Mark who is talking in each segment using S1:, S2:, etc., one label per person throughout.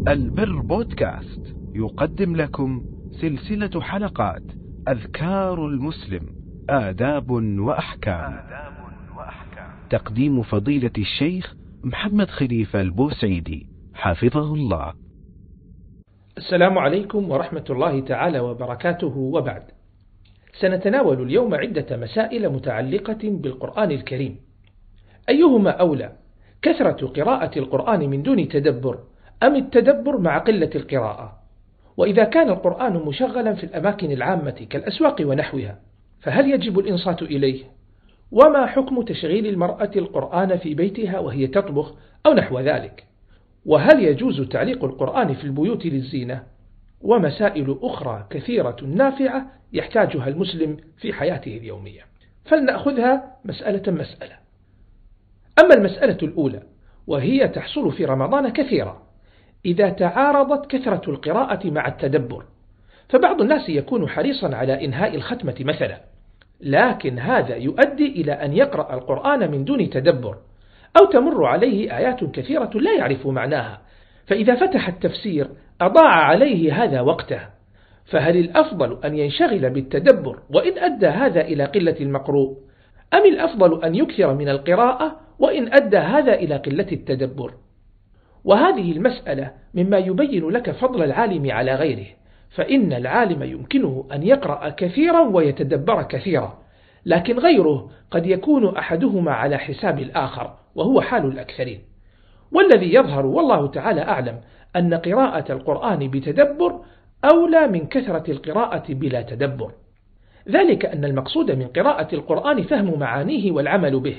S1: البر بودكاست يقدم لكم سلسلة حلقات أذكار المسلم آداب وأحكام. تقديم فضيلة الشيخ محمد خليفة البوسعيدي حفظه الله.
S2: السلام عليكم ورحمة الله تعالى وبركاته، وبعد. سنتناول اليوم عدة مسائل متعلقة بالقرآن الكريم. أيهما أولى، كثرة قراءة القرآن من دون تدبر أم التدبر مع قلة القراءة؟ وإذا كان القرآن مشغلا في الأماكن العامة كالأسواق ونحوها، فهل يجب الإنصات إليه؟ وما حكم تشغيل المرأة القرآن في بيتها وهي تطبخ أو نحو ذلك؟ وهل يجوز تعليق القرآن في البيوت للزينة؟ ومسائل أخرى كثيرة نافعة يحتاجها المسلم في حياته اليومية، فلنأخذها مسألة مسألة. أما المسألة الأولى، وهي تحصل في رمضان كثيرا إذا تعارضت كثرة القراءة مع التدبر، فبعض الناس يكون حريصا على إنهاء الختمة مثلا، لكن هذا يؤدي إلى أن يقرأ القرآن من دون تدبر، أو تمر عليه آيات كثيرة لا يعرف معناها، فإذا فتح التفسير أضاع عليه هذا وقته. فهل الأفضل أن ينشغل بالتدبر وإن أدى هذا إلى قلة المقروء، أم الأفضل أن يكثر من القراءة وإن أدى هذا إلى قلة التدبر؟ وهذه المسألة مما يبين لك فضل العالم على غيره، فإن العالم يمكنه أن يقرأ كثيرا ويتدبر كثيرا، لكن غيره قد يكون أحدهما على حساب الآخر، وهو حال الأكثرين. والذي يظهر والله تعالى أعلم أن قراءة القرآن بتدبر أولى من كثرة القراءة بلا تدبر، ذلك أن المقصود من قراءة القرآن فهم معانيه والعمل به،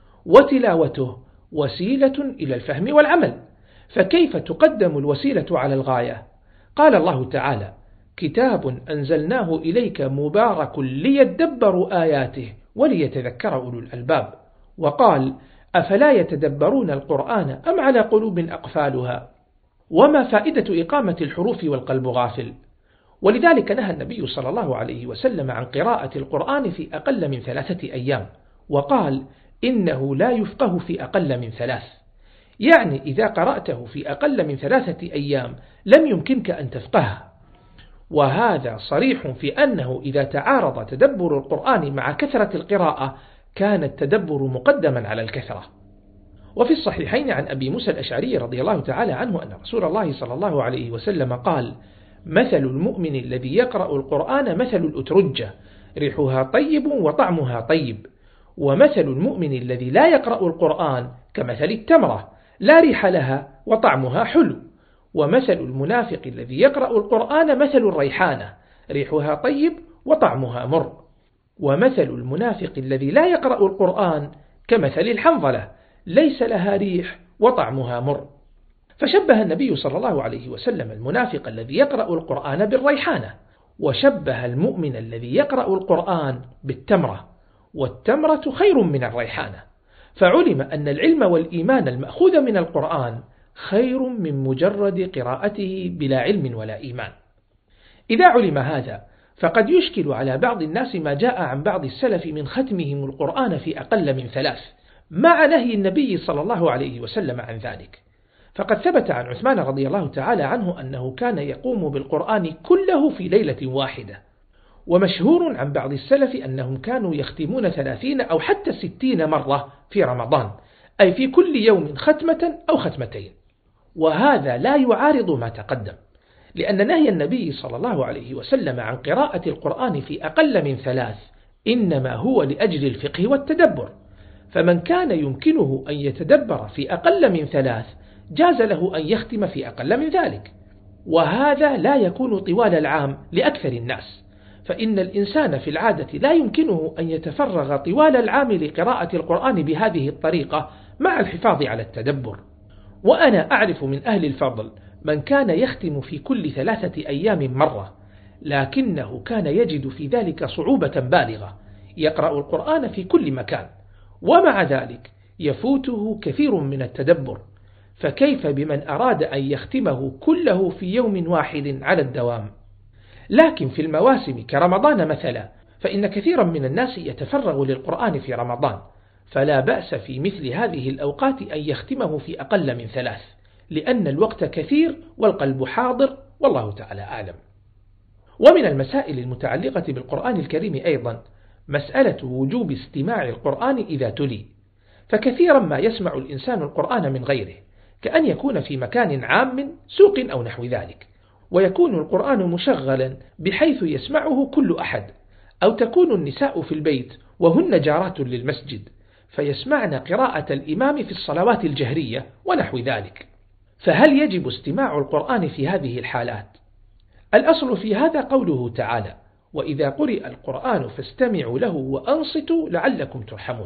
S2: وتلاوته وسيلة إلى الفهم والعمل، فكيف تقدم الوسيلة على الغاية؟ قال الله تعالى: كتاب أنزلناه إليك مبارك ليدبروا آياته وليتذكر أولو الألباب. وقال: أفلا يتدبرون القرآن أم على قلوب أقفالها؟ وما فائدة إقامة الحروف والقلب غافل؟ ولذلك نهى النبي صلى الله عليه وسلم عن قراءة القرآن في أقل من 3 أيام، وقال: إنه لا يفقه في أقل من 3، يعني إذا قرأته في أقل من 3 أيام لم يمكنك أن تفقهه. وهذا صريح في أنه إذا تعارض تدبر القرآن مع كثرة القراءة كان التدبر مقدما على الكثرة. وفي الصحيحين عن أبي موسى الأشعري رضي الله تعالى عنه أن رسول الله صلى الله عليه وسلم قال: مثل المؤمن الذي يقرأ القرآن مثل الأترجة، ريحها طيب وطعمها طيب، ومثل المؤمن الذي لا يقرأ القرآن كمثل التمرة، لا ريح لها وطعمها حلو، ومثل المنافق الذي يقرأ القرآن مثل الريحانة، ريحها طيب وطعمها مر، ومثل المنافق الذي لا يقرأ القرآن كمثل الحنظلة، ليس لها ريح وطعمها مر. فشبه النبي صلى الله عليه وسلم المنافق الذي يقرأ القرآن بالريحانة، وشبه المؤمن الذي يقرأ القرآن بالتمرة، والتمرة خير من الريحانة. فعلم أن العلم والإيمان المأخوذ من القرآن خير من مجرد قراءته بلا علم ولا إيمان. إذا علم هذا، فقد يشكل على بعض الناس ما جاء عن بعض السلف من ختمهم القرآن في أقل من 3، مع نهي النبي صلى الله عليه وسلم عن ذلك. فقد ثبت عن عثمان رضي الله تعالى عنه أنه كان يقوم بالقرآن كله في ليلة واحدة. ومشهور عن بعض السلف أنهم كانوا يختمون 30 أو حتى 60 مرة في رمضان، أي في كل يوم ختمة أو ختمتين. وهذا لا يعارض ما تقدم، لأن نهي النبي صلى الله عليه وسلم عن قراءة القرآن في أقل من 3 إنما هو لأجل الفقه والتدبر، فمن كان يمكنه أن يتدبر في أقل من 3 جاز له أن يختم في أقل من ذلك. وهذا لا يكون طوال العام لأكثر الناس، فإن الإنسان في العادة لا يمكنه أن يتفرغ طوال العام لقراءة القرآن بهذه الطريقة مع الحفاظ على التدبر. وأنا أعرف من أهل الفضل من كان يختم في كل 3 أيام مرة، لكنه كان يجد في ذلك صعوبة بالغة، يقرأ القرآن في كل مكان، ومع ذلك يفوته كثير من التدبر، فكيف بمن أراد أن يختمه كله في يوم واحد على الدوام؟ لكن في المواسم كرمضان مثلا، فإن كثيرا من الناس يتفرغ للقرآن في رمضان، فلا بأس في مثل هذه الأوقات أن يختمه في أقل من 3، لأن الوقت كثير والقلب حاضر، والله تعالى أعلم. ومن المسائل المتعلقة بالقرآن الكريم أيضا مسألة وجوب استماع القرآن إذا تلي، فكثيرا ما يسمع الإنسان القرآن من غيره، كأن يكون في مكان عام سوق أو نحو ذلك، ويكون القرآن مشغلا بحيث يسمعه كل أحد، أو تكون النساء في البيت وهن جارات للمسجد فيسمعن قراءة الإمام في الصلوات الجهرية ونحو ذلك. فهل يجب استماع القرآن في هذه الحالات؟ الأصل في هذا قوله تعالى: وإذا قرئ القرآن فاستمعوا له وأنصتوا لعلكم ترحمون.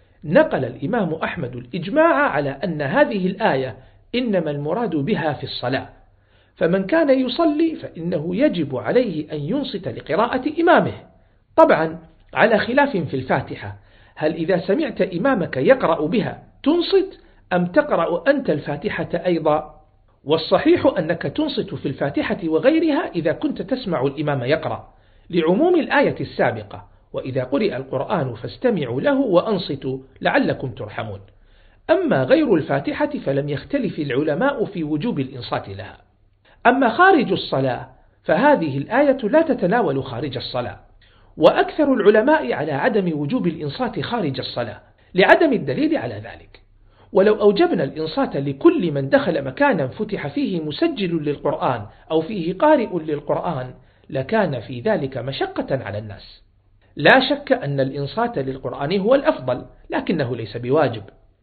S2: نقل الإمام أحمد الإجماع على أن هذه الآية إنما المراد بها في الصلاة، فمن كان يصلي فإنه يجب عليه أن ينصت لقراءة إمامه، طبعا على خلاف في الفاتحة، هل إذا سمعت إمامك يقرأ بها تنصت أم تقرأ أنت الفاتحة أيضا؟ والصحيح أنك تنصت في الفاتحة وغيرها إذا كنت تسمع الإمام يقرأ، لعموم الآية السابقة: وإذا قرئ القرآن فاستمعوا له وأنصتوا لعلكم ترحمون. أما غير الفاتحة فلم يختلف العلماء في وجوب الإنصات لها. أما خارج الصلاة فهذه الآية لا تتناول خارج الصلاة، وأكثر العلماء على عدم وجوب الإنصات خارج الصلاة لعدم الدليل على ذلك. ولو أوجبنا الإنصات لكل من دخل مكانا فتح فيه مسجل للقرآن أو فيه قارئ للقرآن لكان في ذلك مشقة على الناس. لا شك أن الإنصات للقرآن هو الأفضل، لكنه ليس بواجب.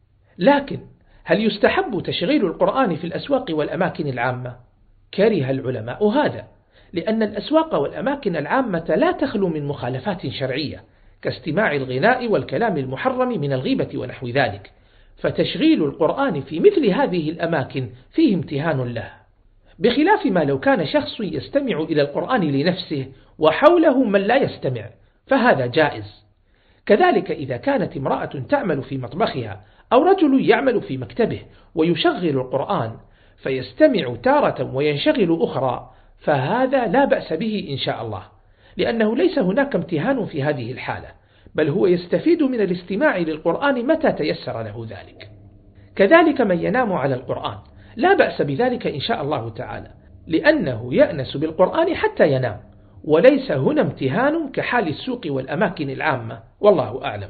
S2: لكن هل يستحب تشغيل القرآن في الأسواق والأماكن العامة؟ كره العلماء هذا، لأن الأسواق والأماكن العامة لا تخلو من مخالفات شرعية كاستماع الغناء والكلام المحرم من الغيبة ونحو ذلك، فتشغيل القرآن في مثل هذه الأماكن فيه امتهان له، بخلاف ما لو كان شخص يستمع إلى القرآن لنفسه وحوله من لا يستمع فهذا جائز. كذلك إذا كانت امرأة تعمل في مطبخها أو رجل يعمل في مكتبه ويشغل القرآن فيستمع تارة وينشغل أخرى فهذا لا بأس به إن شاء الله، لأنه ليس هناك امتهان في هذه الحالة، بل هو يستفيد من الاستماع للقرآن متى تيسر له ذلك. كذلك من ينام على القرآن لا بأس بذلك إن شاء الله تعالى، لأنه يأنس بالقرآن حتى ينام، وليس هنا امتهان كحال السوق والأماكن العامة، والله أعلم.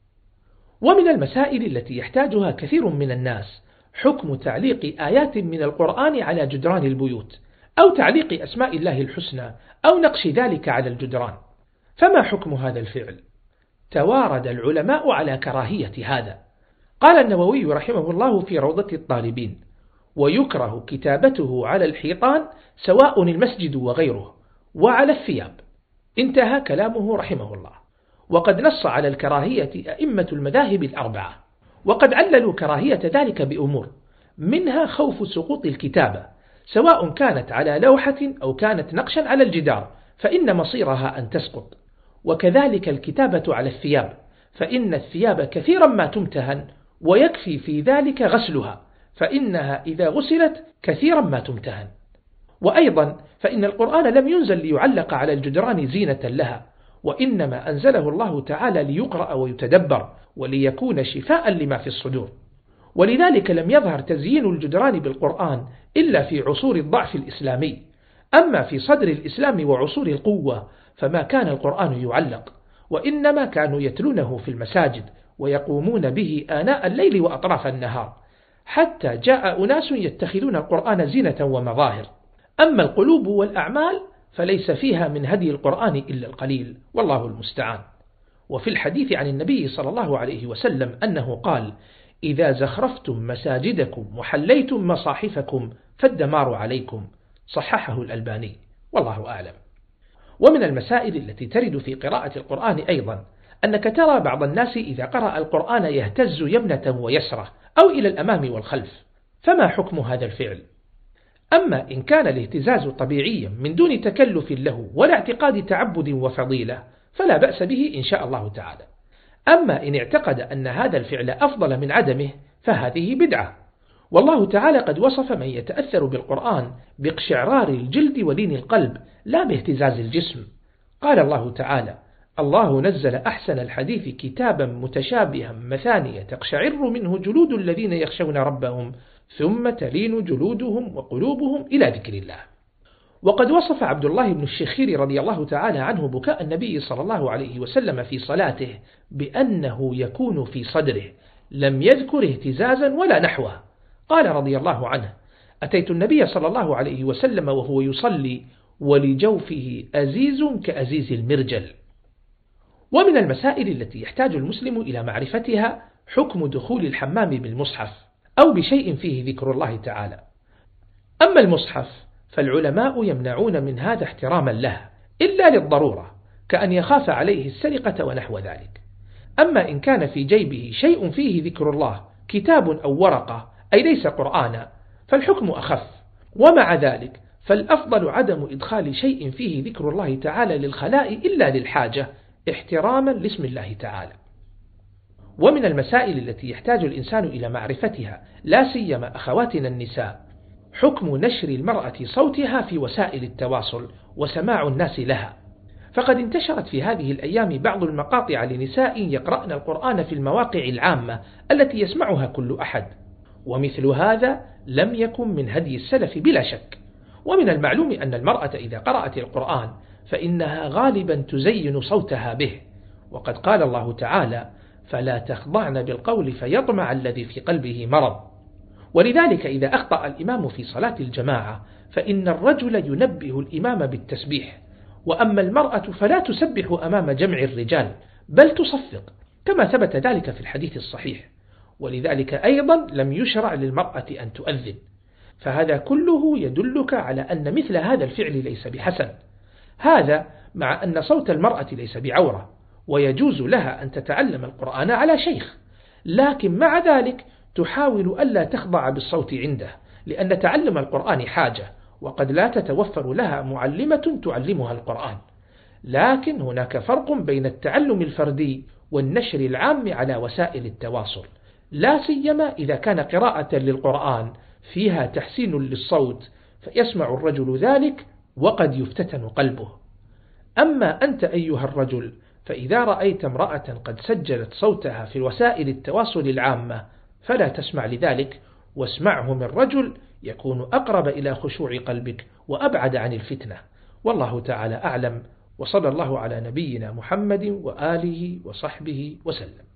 S2: ومن المسائل التي يحتاجها كثير من الناس حكم تعليق آيات من القرآن على جدران البيوت، أو تعليق أسماء الله الحسنى أو نقش ذلك على الجدران. فما حكم هذا الفعل؟ توارد العلماء على كراهية هذا. قال النووي رحمه الله في روضة الطالبين: ويكره كتابته على الحيطان سواء المسجد وغيره وعلى الثياب. انتهى كلامه رحمه الله. وقد نص على الكراهية أئمة المذاهب الأربعة، وقد عللوا كراهية ذلك بأمور، منها خوف سقوط الكتابة سواء كانت على لوحة أو كانت نقشا على الجدار فإن مصيرها أن تسقط، وكذلك الكتابة على الثياب، فإن الثياب كثيرا ما تمتهن ويكفي في ذلك غسلها، فإنها إذا غسلت كثيرا ما تمتهن. وأيضا فإن القرآن لم ينزل ليعلق على الجدران زينة لها، وإنما أنزله الله تعالى ليقرأ ويتدبر وليكون شفاء لما في الصدور. ولذلك لم يظهر تزيين الجدران بالقرآن إلا في عصور الضعف الإسلامي، أما في صدر الإسلام وعصور القوة فما كان القرآن يعلق، وإنما كانوا يتلونه في المساجد ويقومون به آناء الليل وأطراف النهار، حتى جاء أناس يتخذون القرآن زينة ومظاهر. أما القلوب والأعمال فليس فيها من هدي القرآن إلا القليل، والله المستعان. وفي الحديث عن النبي صلى الله عليه وسلم أنه قال: إذا زخرفتم مساجدكم وحليتم مصاحفكم فالدمار عليكم، صححه الألباني، والله أعلم. ومن المسائل التي ترد في قراءة القرآن أيضا أنك ترى بعض الناس إذا قرأ القرآن يهتز يمنة ويسرة أو إلى الأمام والخلف، فما حكم هذا الفعل؟ أما إن كان الاهتزاز طبيعيا من دون تكلف له ولا اعتقاد تعبد وفضيلة فلا بأس به إن شاء الله تعالى. أما إن اعتقد أن هذا الفعل أفضل من عدمه فهذه بدعة. والله تعالى قد وصف من يتأثر بالقرآن باقشعرار الجلد ولين القلب لا باهتزاز الجسم. قال الله تعالى: الله نزل أحسن الحديث كتابا متشابها مثانية تقشعر منه جلود الذين يخشون ربهم ثم تلين جلودهم وقلوبهم إلى ذكر الله. وقد وصف عبد الله بن الشخير رضي الله تعالى عنه بكاء النبي صلى الله عليه وسلم في صلاته بأنه يكون في صدره، لم يذكر اهتزازا ولا نحوه. قال رضي الله عنه: أتيت النبي صلى الله عليه وسلم وهو يصلي ولجوفه أزيز كأزيز المرجل. ومن المسائل التي يحتاج المسلم إلى معرفتها حكم دخول الحمام بالمصحف أو بشيء فيه ذكر الله تعالى. أما المصحف فالعلماء يمنعون من هذا احتراما له إلا للضرورة، كأن يخاف عليه السرقة ونحو ذلك. أما إن كان في جيبه شيء فيه ذكر الله، كتاب أو ورقة، أي ليس قرآنا، فالحكم أخف. ومع ذلك فالأفضل عدم إدخال شيء فيه ذكر الله تعالى للخلاء إلا للحاجة، احتراما لاسم الله تعالى. ومن المسائل التي يحتاج الإنسان إلى معرفتها لا سيما أخواتنا النساء حكم نشر المرأة صوتها في وسائل التواصل وسماع الناس لها. فقد انتشرت في هذه الأيام بعض المقاطع لنساء يقرأن القرآن في المواقع العامة التي يسمعها كل أحد، ومثل هذا لم يكن من هدي السلف بلا شك. ومن المعلوم أن المرأة إذا قرأت القرآن فإنها غالبا تزين صوتها به، وقد قال الله تعالى: فلا تخضعن بالقول فيطمع الذي في قلبه مرض. ولذلك إذا أخطأ الإمام في صلاة الجماعة فإن الرجل ينبه الإمام بالتسبيح، وأما المرأة فلا تسبح أمام جمع الرجال بل تصفق، كما ثبت ذلك في الحديث الصحيح. ولذلك أيضا لم يشرع للمرأة أن تؤذن. فهذا كله يدلك على أن مثل هذا الفعل ليس بحسن، هذا مع أن صوت المرأة ليس بعورة، ويجوز لها أن تتعلم القرآن على شيخ، لكن مع ذلك تحاول ألا تخضع بالصوت عنده، لأن تعلم القرآن حاجة، وقد لا تتوفر لها معلمة تعلمها القرآن. لكن هناك فرق بين التعلم الفردي والنشر العام على وسائل التواصل، لا سيما إذا كان قراءة للقرآن فيها تحسين للصوت فيسمع الرجل ذلك وقد يفتتن قلبه. أما أنت أيها الرجل فإذا رأيت امرأة قد سجلت صوتها في وسائل التواصل العامة فلا تسمع لذلك، واسمعه من رجل يكون أقرب إلى خشوع قلبك وأبعد عن الفتنة. والله تعالى أعلم، وصلى الله على نبينا محمد وآله وصحبه وسلم.